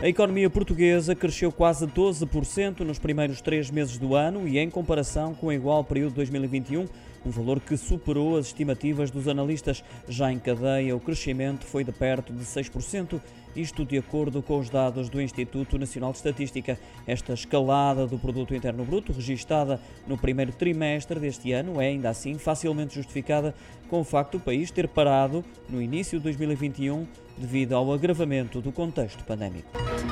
A economia portuguesa cresceu quase 12% nos primeiros 3 meses do ano e em comparação com o igual período de 2021, um valor que superou as estimativas dos analistas. Já em cadeia, o crescimento foi de perto de 6%, isto de acordo com os dados do Instituto Nacional de Estatística. Esta escalada do Produto Interno Bruto, registada no primeiro trimestre deste ano, é ainda assim facilmente justificada com o facto do país ter parado no início de 2021 devido ao agravamento do contexto pandémico.